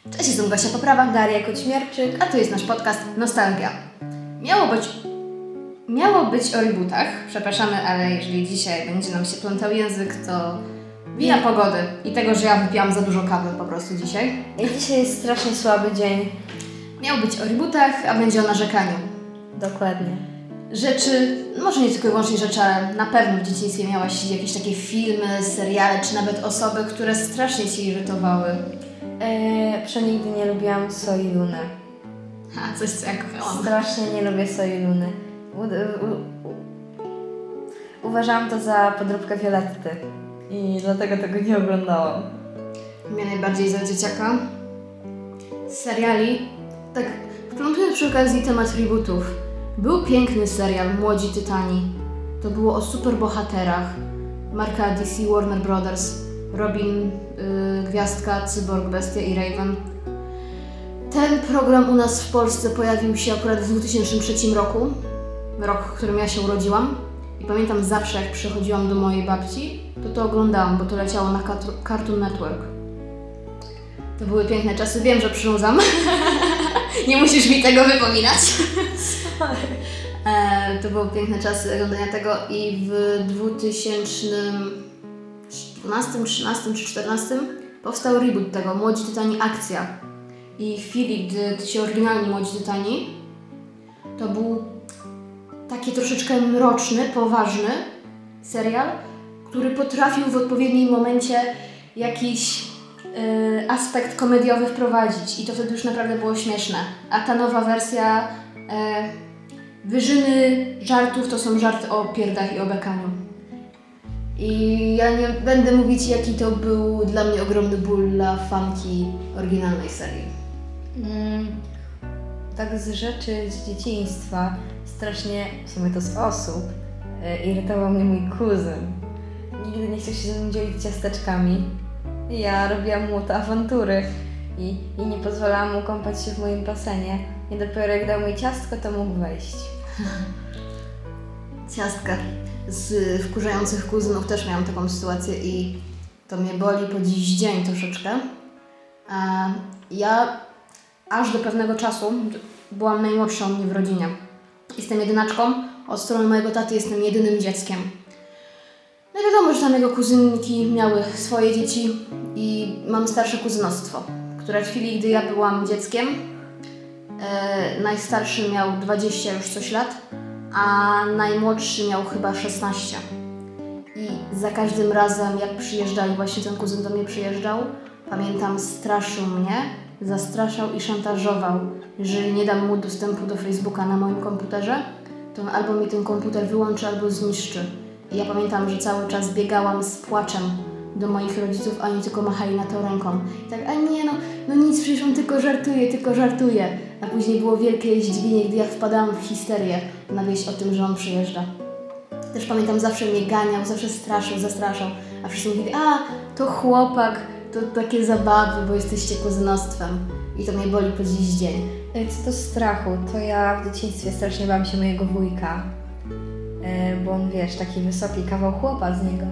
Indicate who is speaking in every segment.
Speaker 1: Cześć, jestem Gosia Poprawa, Daria Koćmierczyk, a to jest nasz podcast Nostalgia. Miało być o rebootach, przepraszamy, ale jeżeli dzisiaj będzie nam się plątał język, to wina pogody i tego, że ja wypiłam za dużo kawy po prostu dzisiaj.
Speaker 2: I dzisiaj jest strasznie słaby dzień.
Speaker 1: Miało być o rebootach, a będzie o narzekaniu.
Speaker 2: Dokładnie.
Speaker 1: Rzeczy, może nie tylko i wyłącznie rzeczy, ale na pewno w dzieciństwie miałaś jakieś takie filmy, seriale, czy nawet osoby, które strasznie Cię irytowały.
Speaker 2: Przenigdy nie lubiłam Soi Luny.
Speaker 1: Coś co ja kochałam.
Speaker 2: Strasznie nie lubię Soi Luny. Uważałam to za podróbkę Violetty i dlatego tego nie oglądałam.
Speaker 1: Mnie najbardziej za dzieciaka. Seriali. Tak, wplątując przy okazji temat rebootów. Był piękny serial Młodzi Tytani. To było o superbohaterach. Marka DC Warner Brothers. Robin, Gwiazdka, Cyborg, Bestia i Raven. Ten program u nas w Polsce pojawił się akurat w 2003 roku. Rok, w którym ja się urodziłam. I pamiętam zawsze, jak przychodziłam do mojej babci, to oglądałam, bo to leciało na Cartoon Network. To były piękne czasy. Wiem, że przynudzam. Nie musisz mi tego wypominać. To były piękne czasy oglądania tego i w 2012, 13 czy 14 powstał reboot tego, Młodzi Tytani Akcja. I w chwili, gdy ci oryginalni Młodzi Tytani, to był taki troszeczkę mroczny, poważny serial, który potrafił w odpowiednim momencie jakiś aspekt komediowy wprowadzić i to wtedy już naprawdę było śmieszne. A ta nowa wersja wyżyny żartów to są żarty o pierdach i o bekaniu. I ja nie będę mówić, jaki to był dla mnie ogromny ból dla fanki oryginalnej serii.
Speaker 2: Tak z rzeczy z dzieciństwa, strasznie, w sumie to z osób, irytował mnie mój kuzyn. Nigdy nie chciał się ze mną dzielić ciasteczkami. Ja robiłam mu te awantury i nie pozwalałam mu kąpać się w moim basenie. I dopiero jak dał mi ciastko, to mógł wejść.
Speaker 1: Ciastka. Z wkurzających kuzynów też miałam taką sytuację i to mnie boli po dziś dzień troszeczkę. Ja aż do pewnego czasu byłam najmłodszą u mnie w rodzinie. Jestem jedynaczką, od strony mojego taty jestem jedynym dzieckiem. No i wiadomo, że tam jego kuzynki miały swoje dzieci i mam starsze kuzynostwo, które w chwili, gdy ja byłam dzieckiem, najstarszy miał 20 już coś lat, a najmłodszy miał chyba 16. I za każdym razem, jak przyjeżdżali, właśnie ten kuzyn do mnie przyjeżdżał, pamiętam, straszył mnie, zastraszał i szantażował, jeżeli nie dam mu dostępu do Facebooka na moim komputerze, to albo mi ten komputer wyłączy, albo zniszczy. I ja pamiętam, że cały czas biegałam z płaczem do moich rodziców, a oni tylko machali na to ręką. I tak, a nie no nic, przecież on tylko żartuje. A później było wielkie zdziwienie, gdy ja wpadałam w histerię na wieść o tym, że on przyjeżdża. Też pamiętam, zawsze mnie ganiał, zawsze zastraszał. A wszyscy mówili, to chłopak, to takie zabawy, bo jesteście kuzynostwem. I to mnie boli po dziś dzień.
Speaker 2: Co do strachu, to ja w dzieciństwie strasznie bałam się mojego wujka. Bo on, wiesz, taki wysoki kawał chłopa z niego.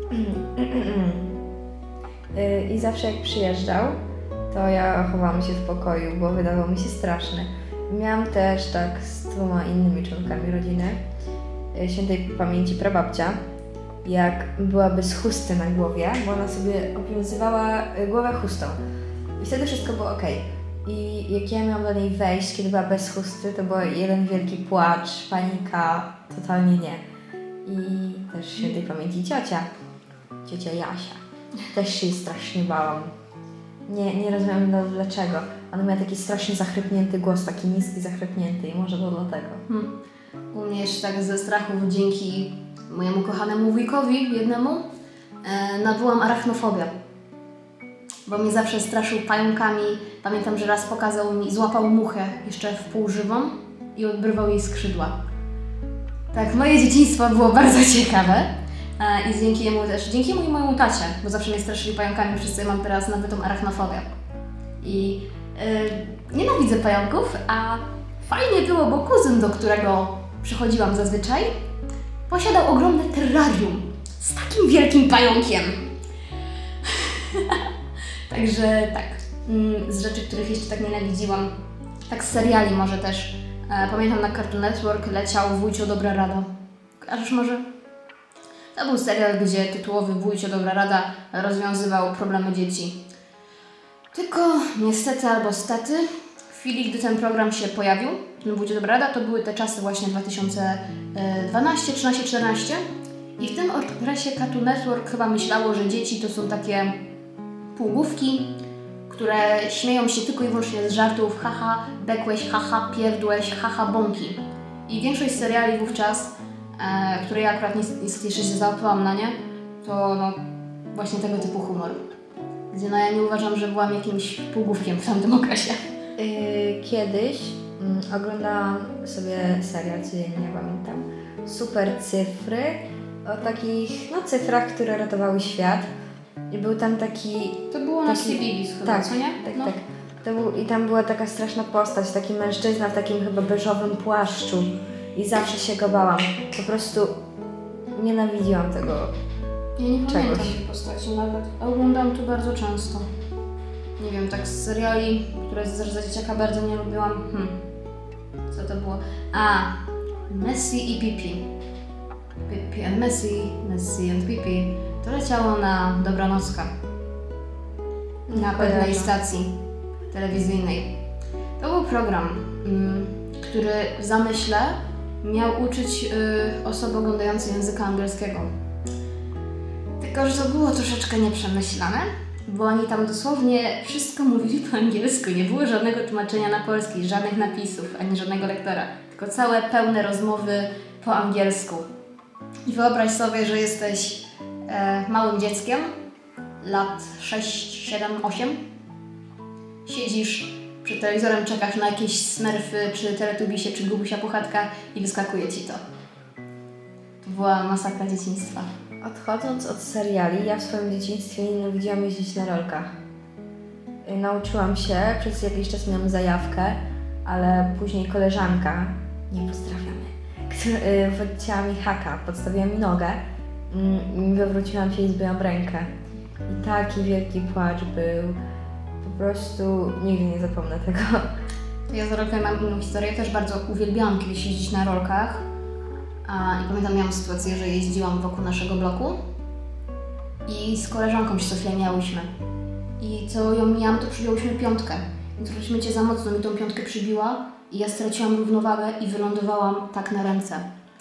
Speaker 2: I zawsze jak przyjeżdżał, to ja chowałam się w pokoju, bo wydawał mi się straszny. Miałam też tak z 2 innymi członkami rodziny. Świętej pamięci prababcia, jak była bez chusty na głowie, bo ona sobie obwiązywała głowę chustą. I wtedy wszystko było okej. I jak ja miałam do niej wejść, kiedy była bez chusty, to był jeden wielki płacz, panika, totalnie nie. I też świętej pamięci ciocia Jasia. Też się jej strasznie bałam. Nie rozumiem dlaczego. Ona miała taki strasznie zachrypnięty głos, taki niski, zachrypnięty i może to dlatego.
Speaker 1: U mnie jeszcze tak ze strachu, dzięki mojemu kochanemu wujkowi jednemu, nabyłam arachnofobię. Bo mnie zawsze straszył pająkami. Pamiętam, że raz złapał muchę jeszcze wpółżywą i odbrywał jej skrzydła. Tak, moje dzieciństwo było bardzo ciekawe. I dzięki jemu też, dzięki mojemu tacie, bo zawsze mnie straszyli pająkami, wszyscy mam teraz nabytą arachnofobię. I nienawidzę pająków, a fajnie było, bo kuzyn, do którego przychodziłam zazwyczaj, posiadał ogromne terrarium z takim wielkim pająkiem. Także tak, z rzeczy, których jeszcze tak nienawidziłam. Tak z seriali może też. Pamiętam na Cartoon Network leciał Wujcio Dobra Rada. Kojarzysz może? To był serial, gdzie tytułowy Wujcio Dobra Rada rozwiązywał problemy dzieci. Tylko niestety albo stety, w chwili, gdy ten program się pojawił, ten Wujcio Dobra Rada, to były te czasy właśnie 2012, 13, 14 i w tym okresie Cartoon Network chyba myślało, że dzieci to są takie półgłówki, które śmieją się tylko i wyłącznie z żartów, haha, bekłeś, haha, pierdłeś, haha, bąki. I większość seriali wówczas, które ja akurat niestety jeszcze się załapałam na nie, to właśnie tego typu humor. Gdzie ja nie uważam, że byłam jakimś półgłówkiem w tamtym okresie.
Speaker 2: Kiedyś oglądałam sobie serial codziennie, pamiętam, Super Cyfry, o takich cyfrach, które ratowały świat. I był tam taki...
Speaker 1: To było na CBeebies chyba,
Speaker 2: tak,
Speaker 1: co nie?
Speaker 2: Tak. I tam była taka straszna postać, taki mężczyzna w takim chyba beżowym płaszczu. I zawsze się go bałam. Po prostu nienawidziłam tego.
Speaker 1: Ja nie pamiętam
Speaker 2: czegoś.
Speaker 1: tej postaci nawet. Oglądam to bardzo często. Nie wiem, tak z seriali, które za dzieciaka bardzo nie lubiłam. Co to było? Messi i Pippi. Pippi and Messi and Pippi. To leciało na Dobranocka. Na pewnej stacji telewizyjnej. To był program, który w zamyśle miał uczyć osoby oglądające języka angielskiego. Tylko, że to było troszeczkę nieprzemyślane, bo oni tam dosłownie wszystko mówili po angielsku. Nie było żadnego tłumaczenia na polski, żadnych napisów, ani żadnego lektora. Tylko całe pełne rozmowy po angielsku. I wyobraź sobie, że jesteś małym dzieckiem, lat 6, 7, 8. Siedzisz przed telewizorem, czekasz na jakieś Smurfy, czy Teletubisie, czy Gubusia Puchatka i wyskakuje ci to. To była masakra dzieciństwa.
Speaker 2: Odchodząc od seriali, ja w swoim dzieciństwie nienawidziłam jeździć na rolkach. Nauczyłam się, przez jakiś czas miałam zajawkę, ale później koleżanka, nie pozdrawiamy, wodciła mi haka, podstawiła mi nogę i wywróciłam się i zbiłam rękę. I taki wielki płacz był. Po prostu nigdy nie zapomnę tego.
Speaker 1: Ja z rolkami mam inną historię. Też bardzo uwielbiałam kiedyś jeździć na rolkach. I pamiętam, miałam sytuację, że jeździłam wokół naszego bloku i z koleżanką się co chwilę miałyśmy. I co ją mijałam, to przybiłałyśmy piątkę. I troszeczkę cię za mocno mi tą piątkę przybiła i ja straciłam równowagę i wylądowałam tak na ręce.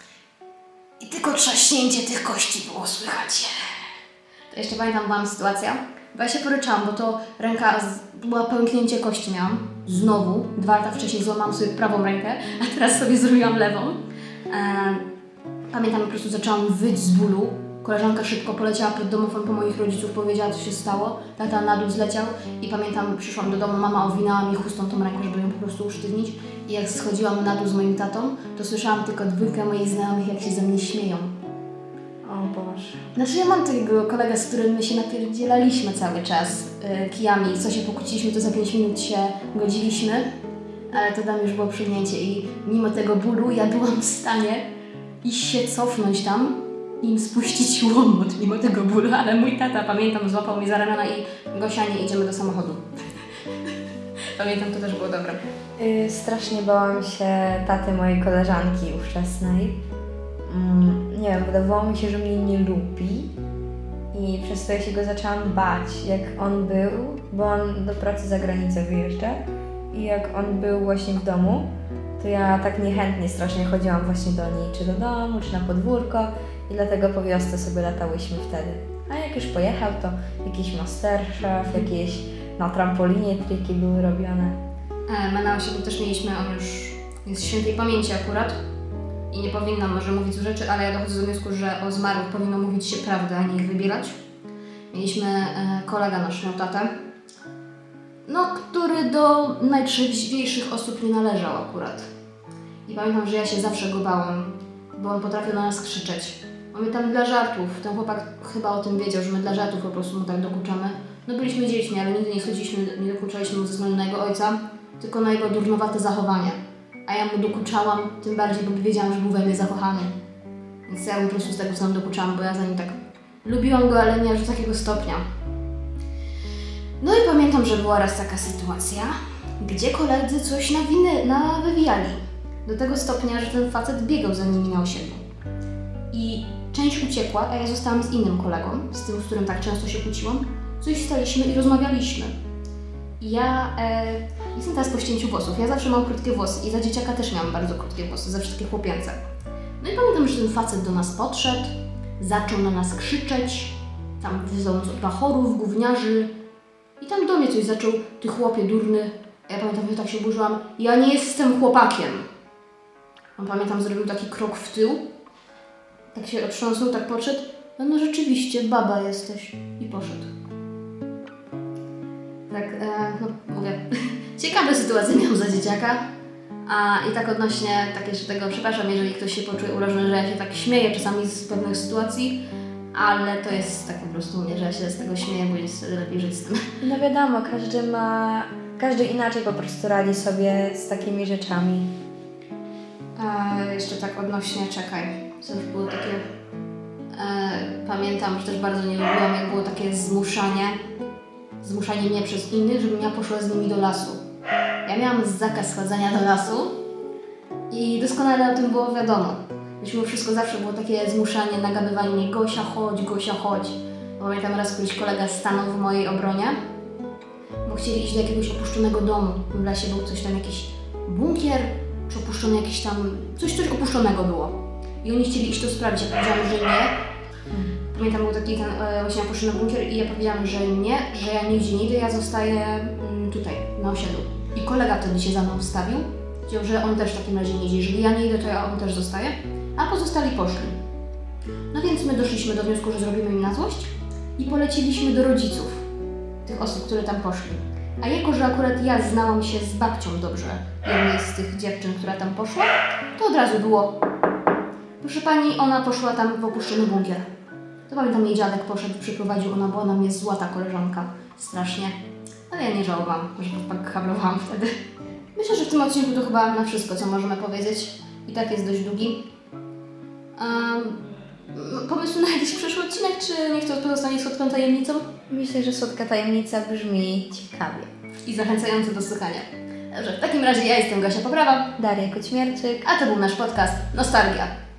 Speaker 1: I tylko trzaśnięcie tych kości było słychać. To jeszcze pamiętam, była sytuacja, bo ja się poryczałam, bo to ręka była pęknięcie kości miałam. Znowu, 2 lata wcześniej złamałam sobie prawą rękę, a teraz sobie zrobiłam lewą. Pamiętam, po prostu zaczęłam wyć z bólu. Koleżanka szybko poleciała pod domofon po moich rodziców, powiedziała, co się stało. Tata na dół zleciał i pamiętam, przyszłam do domu, mama owinęła mi chustą tą rękę, żeby ją po prostu usztywnić. I jak schodziłam na dół z moim tatą, to słyszałam tylko 2 moich znajomych, jak się ze mnie śmieją.
Speaker 2: O Boże.
Speaker 1: Znaczy ja mam takiego kolegę, z którym my się napierdzielaliśmy cały czas kijami. Co się pokłóciliśmy, to za 5 minut się godziliśmy, ale to tam już było przygnięcie i mimo tego bólu ja byłam w stanie iść się cofnąć tam i im spuścić łomot mimo tego bólu, ale mój tata, pamiętam, złapał mnie za ramiona i Gosia, nie idziemy do samochodu. Pamiętam, to też było dobre.
Speaker 2: Strasznie bałam się taty mojej koleżanki ówczesnej. Nie wiem, wydawało mi się, że mnie nie lubi i przez to ja się go zaczęłam bać, jak on był, bo on do pracy za granicę wyjeżdża i jak on był właśnie w domu, to ja tak niechętnie strasznie chodziłam właśnie do niej, czy do domu, czy na podwórko i dlatego po wiosce sobie latałyśmy wtedy. A jak już pojechał, to jakiś Masterchef, jakieś na trampolinie triki były robione.
Speaker 1: My na osiedlu też mieliśmy, on już jest świętej pamięci akurat i nie powinnam może mówić złych rzeczy, ale ja dochodzę do wniosku, że o zmarłych powinno mówić się prawdę, a nie ich wybierać. Mieliśmy kolega nasz, miał tatę, który do najtrzeźwiejszych osób nie należał akurat. I pamiętam, że ja się zawsze go bałam, bo on potrafił na nas krzyczeć. My tam dla żartów, ten chłopak chyba o tym wiedział, że my dla żartów po prostu mu tak dokuczamy. Byliśmy dziećmi, ale nigdy nie dokuczaliśmy mu ze względu na jego ojca, tylko na jego durnowate zachowanie. A ja mu dokuczałam, tym bardziej, bo wiedziałam, że był we mnie zakochany. Więc ja po prostu z tego względu dokuczałam, bo ja za nim tak lubiłam go, ale nie aż do takiego stopnia. No i pamiętam, że była raz taka sytuacja, gdzie koledzy coś nawywijali. Do tego stopnia, że ten facet biegał za nimi na osiedlu. I część uciekła, a ja zostałam z innym kolegą, z tym, z którym tak często się kłóciłam. Coś staliśmy i rozmawialiśmy. I ja jestem teraz po ścięciu włosów. Ja zawsze mam krótkie włosy i za dzieciaka też miałam bardzo krótkie włosy, zawsze takie chłopięce. No i pamiętam, że ten facet do nas podszedł, zaczął na nas krzyczeć, tam wyzwał od bachorów, gówniarzy. I tam do mnie coś zaczął, ty chłopie durny. A ja pamiętam, że tak się oburzyłam, ja nie jestem chłopakiem. On pamiętam, zrobił taki krok w tył, tak się otrząsnął, tak podszedł. No rzeczywiście, baba jesteś. I poszedł. Tak, no mówię, ciekawe sytuacje miałam za dzieciaka. I tak odnośnie, tak jeszcze tego, przepraszam, jeżeli ktoś się poczuje urażony, że ja się tak śmieję czasami z pewnych sytuacji, ale to jest tak po prostu u mnie, że ja się z tego śmieję, bo jest lepiej żyć z tym.
Speaker 2: No wiadomo, każdy inaczej po prostu radzi sobie z takimi rzeczami.
Speaker 1: Jeszcze tak odnośnie, czekaj, co już było takie... pamiętam, że też bardzo nie lubiłam, jak było takie zmuszanie mnie przez innych, żebym ja poszła z nimi do lasu. Ja miałam zakaz chodzenia do lasu i doskonale o tym było wiadomo. Mimo wszystko zawsze było takie zmuszanie, nagabywanie mnie, Gosia chodź. Pamiętam raz któryś kolega stanął w mojej obronie, bo chcieli iść do jakiegoś opuszczonego domu. W lesie był coś tam, jakiś bunkier, czy opuszczony jakiś tam, coś opuszczonego było. I oni chcieli iść to sprawdzić, ja powiedziałam, że nie. Pamiętam, był taki ten właśnie opuszczony bunkier i ja powiedziałam, że nie, że ja nigdzie nie idę, ja zostaję tutaj, na osiedlu. I kolega wtedy się za mną wstawił, powiedział, że on też w takim razie nie idzie, jeżeli ja nie idę, to on też zostaje, a pozostali poszli. No więc my doszliśmy do wniosku, że zrobimy im na złość i poleciliśmy do rodziców tych osób, które tam poszli. A jako, że akurat ja znałam się z babcią dobrze, jednej z tych dziewczyn, która tam poszła, to od razu było: proszę pani, ona poszła tam w opuszczony bunkier. To pamiętam, jej dziadek poszedł, przyprowadził, ona była na mnie złota koleżanka, strasznie. Ale ja nie żałowałam, że tak hablowałam wtedy. Myślę, że w tym odcinku to chyba na wszystko, co możemy powiedzieć. I tak jest dość długi. Pomysł na jakiś przyszły odcinek, czy niech to pozostanie słodką tajemnicą?
Speaker 2: Myślę, że słodka tajemnica brzmi ciekawie.
Speaker 1: I zachęcająco do słuchania. Dobrze, w takim razie ja jestem Gosia Poprawa.
Speaker 2: Daria Koćmierczyk.
Speaker 1: A to był nasz podcast Nostalgia.